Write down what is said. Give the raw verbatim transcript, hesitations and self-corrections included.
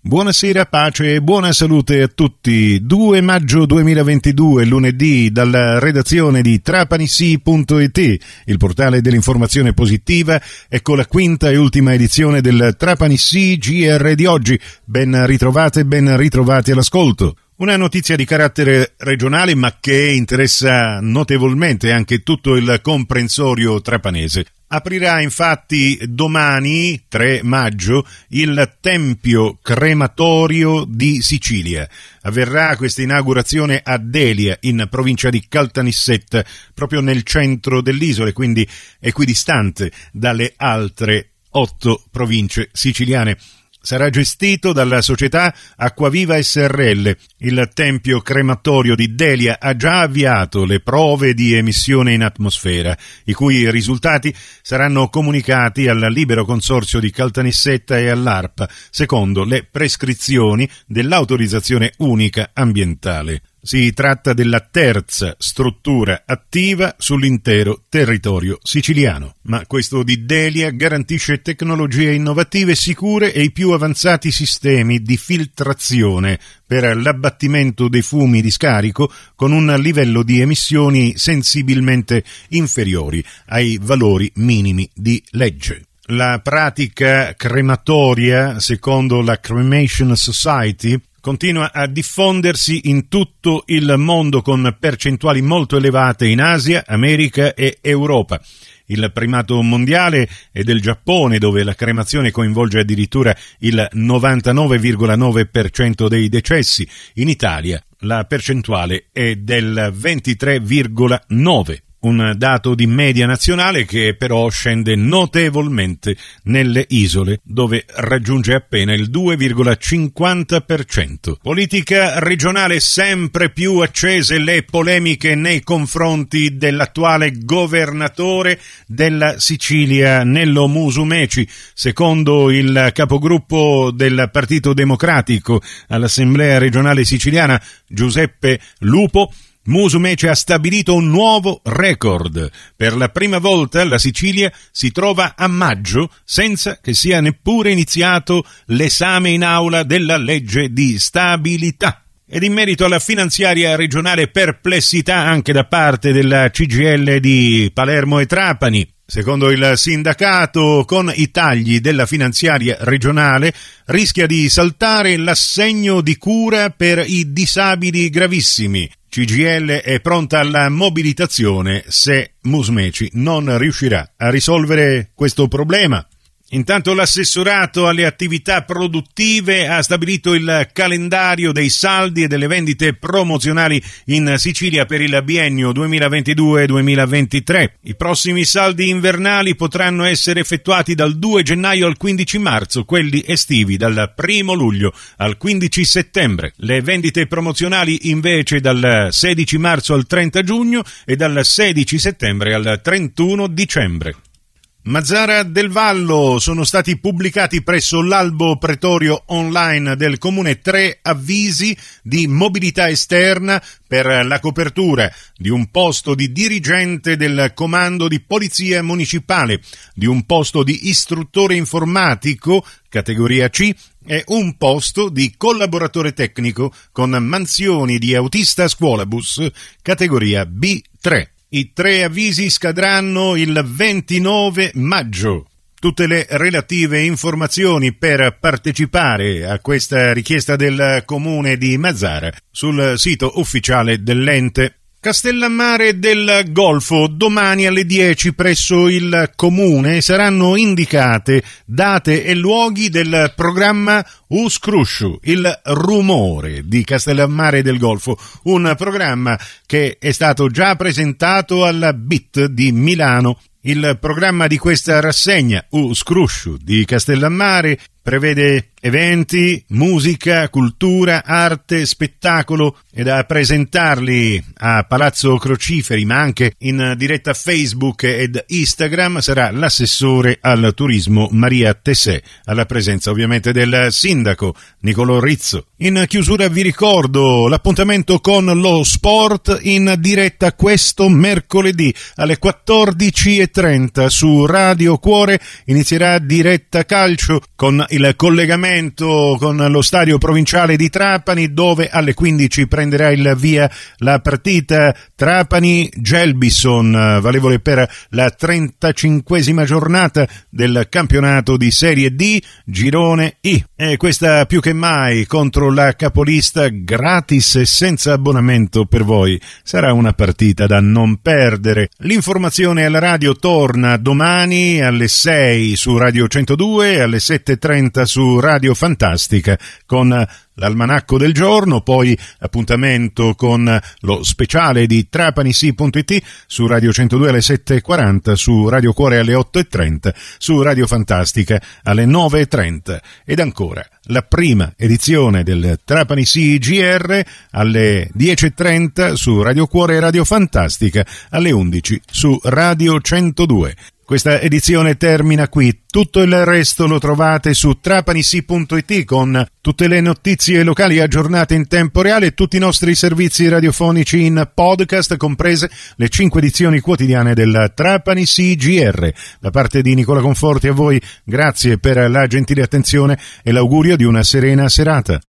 Buonasera, pace e buona salute a tutti. due maggio duemilaventidue, lunedì, dalla redazione di Trapanissi punto it, il portale dell'informazione positiva, ecco la quinta e ultima edizione del Trapanissi G R di oggi. Ben ritrovate, ben ritrovati all'ascolto. Una notizia di carattere regionale ma che interessa notevolmente anche tutto il comprensorio trapanese. Aprirà infatti domani, tre maggio, il Tempio Crematorio di Sicilia. Avverrà questa inaugurazione a Delia, in provincia di Caltanissetta, proprio nel centro dell'isola, quindi equidistante dalle altre otto province siciliane. Sarà gestito dalla società Acquaviva S R L. Il Tempio Crematorio di Delia ha già avviato le prove di emissione in atmosfera, i cui risultati saranno comunicati al Libero Consorzio di Caltanissetta e all'ARPA, secondo le prescrizioni dell'autorizzazione unica ambientale. Si tratta della terza struttura attiva sull'intero territorio siciliano, ma questo di Delia garantisce tecnologie innovative, sicure e i più avanzati sistemi di filtrazione per l'abbattimento dei fumi di scarico con un livello di emissioni sensibilmente inferiori ai valori minimi di legge. La pratica crematoria, secondo la Cremation Society, continua a diffondersi in tutto il mondo con percentuali molto elevate in Asia, America e Europa. Il primato mondiale è del Giappone, dove la cremazione coinvolge addirittura il novantanove virgola nove per cento dei decessi. In Italia la percentuale è del ventitré virgola nove per cento. Un dato di media nazionale che però scende notevolmente nelle isole, dove raggiunge appena il due virgola cinquanta per cento. Politica regionale, sempre più accese le polemiche nei confronti dell'attuale governatore della Sicilia, Nello Musumeci. Secondo il capogruppo del Partito Democratico all'Assemblea regionale siciliana, Giuseppe Lupo, Musumeci ha stabilito un nuovo record. Per la prima volta la Sicilia si trova a maggio senza che sia neppure iniziato l'esame in aula della legge di stabilità. Ed in merito alla finanziaria regionale, perplessità anche da parte della C G I L di Palermo e Trapani. Secondo il sindacato, con i tagli della finanziaria regionale rischia di saltare l'assegno di cura per i disabili gravissimi. C G I L è pronta alla mobilitazione se Musumeci non riuscirà a risolvere questo problema. Intanto l'assessorato alle attività produttive ha stabilito il calendario dei saldi e delle vendite promozionali in Sicilia per il biennio duemilaventidue duemilaventitré. I prossimi saldi invernali potranno essere effettuati dal due gennaio al quindici marzo, quelli estivi dal primo luglio al quindici settembre. Le vendite promozionali invece dal sedici marzo al trenta giugno e dal sedici settembre al trentuno dicembre. Mazara del Vallo: sono stati pubblicati presso l'albo pretorio online del comune tre avvisi di mobilità esterna per la copertura di un posto di dirigente del comando di polizia municipale, di un posto di istruttore informatico categoria C e un posto di collaboratore tecnico con mansioni di autista scuolabus categoria B tre. I tre avvisi scadranno il ventinove maggio. Tutte le relative informazioni per partecipare a questa richiesta del comune di Mazara sul sito ufficiale dell'ente. Castellammare del Golfo: domani alle dieci presso il comune saranno indicate date e luoghi del programma Uscrusciu, il rumore di Castellammare del Golfo, un programma che è stato già presentato alla B I T di Milano. Il programma di questa rassegna Uscrusciu di Castellammare prevede eventi, musica, cultura, arte, spettacolo, ed a presentarli a Palazzo Crociferi, ma anche in diretta Facebook ed Instagram, sarà l'assessore al turismo Maria Tessè, alla presenza ovviamente del sindaco Nicolò Rizzo. In chiusura vi ricordo l'appuntamento con lo sport in diretta questo mercoledì alle quattordici e trenta su Radio Cuore. Inizierà diretta calcio con il collegamento appuntamento con lo stadio provinciale di Trapani, dove alle quindici prenderà il via la partita Trapani-Gelbison, valevole per la trentacinquesima giornata del campionato di Serie D, Girone I. E questa più che mai contro la capolista, gratis e senza abbonamento per voi. Sarà una partita da non perdere. L'informazione alla radio torna domani alle sei su Radio centodue, alle sette e trenta su Radio Fantastica con l'almanacco del giorno, poi appuntamento con lo speciale di Trapanisi punto it su Radio centodue alle sette e quaranta, su Radio Cuore alle otto e trenta, su Radio Fantastica alle nove e trenta, ed ancora la prima edizione del Trapanisi G R alle dieci e trenta su Radio Cuore e Radio Fantastica, alle undici su Radio centodue. Questa edizione termina qui, tutto il resto lo trovate su Trapanisi punto it con tutte le notizie locali aggiornate in tempo reale e tutti i nostri servizi radiofonici in podcast, comprese le cinque edizioni quotidiane del Trapanisi G R. Da parte di Nicola Conforti a voi, grazie per la gentile attenzione e l'augurio di una serena serata.